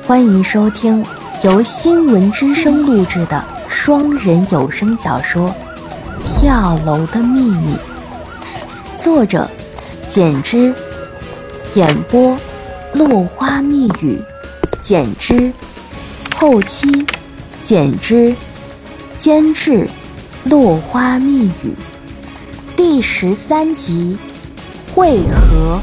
欢迎收听由新闻之声录制的双人有声小说《跳楼的秘密》，作者简之，演播落花密语，简之，后期简之，监制落花密语，第13集会合。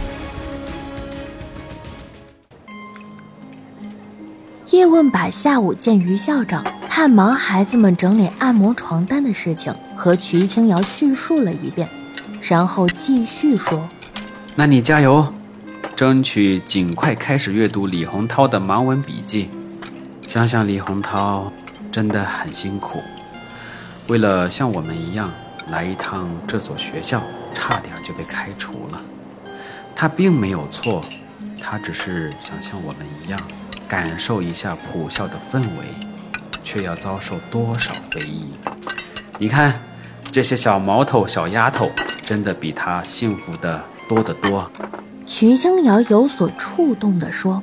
叶问把下午见于校长探忙孩子们整理按摩床单的事情和瞿青瑶叙述了一遍，然后继续说： 那你加油，争取尽快开始阅读李洪涛的盲文笔记。想想李洪涛真的很辛苦，为了像我们一样来一趟这所学校，差点就被开除了。他并没有错，他只是想像我们一样感受一下普校的氛围，却要遭受多少非议。你看这些小毛头小丫头真的比他幸福的多得多。 瞿青瑶有所触动地说：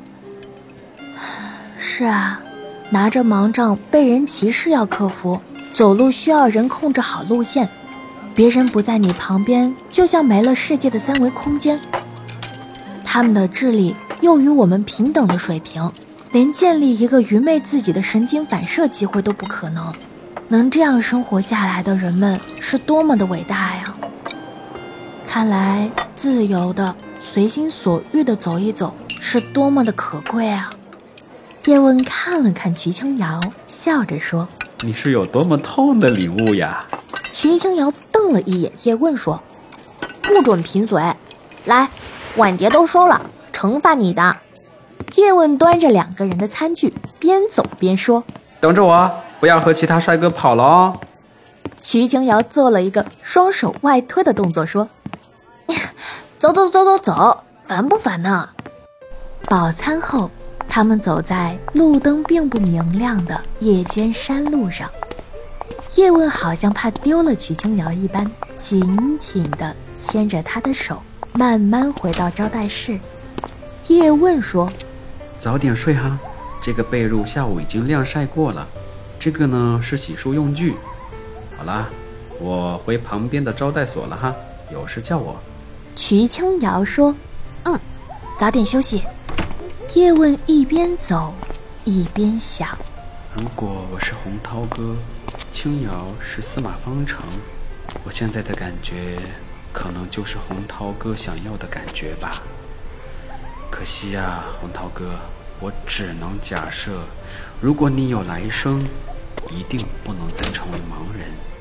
是啊，拿着盲杖被人歧视要克服，走路需要人控制好路线，别人不在你旁边就像没了世界的三维空间。他们的智力又与我们平等的水平，连建立一个愚昧自己的神经反射机会都不可能，能这样生活下来的人们是多么的伟大呀！看来自由的随心所欲的走一走是多么的可贵啊！叶问看了看瞿青瑶，笑着说： 你是有多么痛的领悟呀？ 瞿青瑶瞪了一眼叶问说：不准贫嘴，来，碗碟都收了，惩罚你的。叶问端着2个人的餐具，边走边说： 等着我，不要和其他帅哥跑了哦。 瞿青瑶做了一个双手外推的动作说：走走走走走，烦不烦呢？饱餐后，他们走在路灯并不明亮的夜间山路上，叶问好像怕丢了瞿青瑶一般，紧紧地牵着她的手，慢慢回到招待室。叶问说： 早点睡哈，这个被褥下午已经晾晒过了，这个呢是洗漱用具。好啦，我回旁边的招待所了哈，有事叫我。 瞿青瑶说：早点休息。叶问一边走一边想， 如果我是洪涛哥，青瑶是司马方程，我现在的感觉可能就是洪涛哥想要的感觉吧。可惜呀，洪涛哥，我只能假设，如果你有来生，一定不能再成为盲人。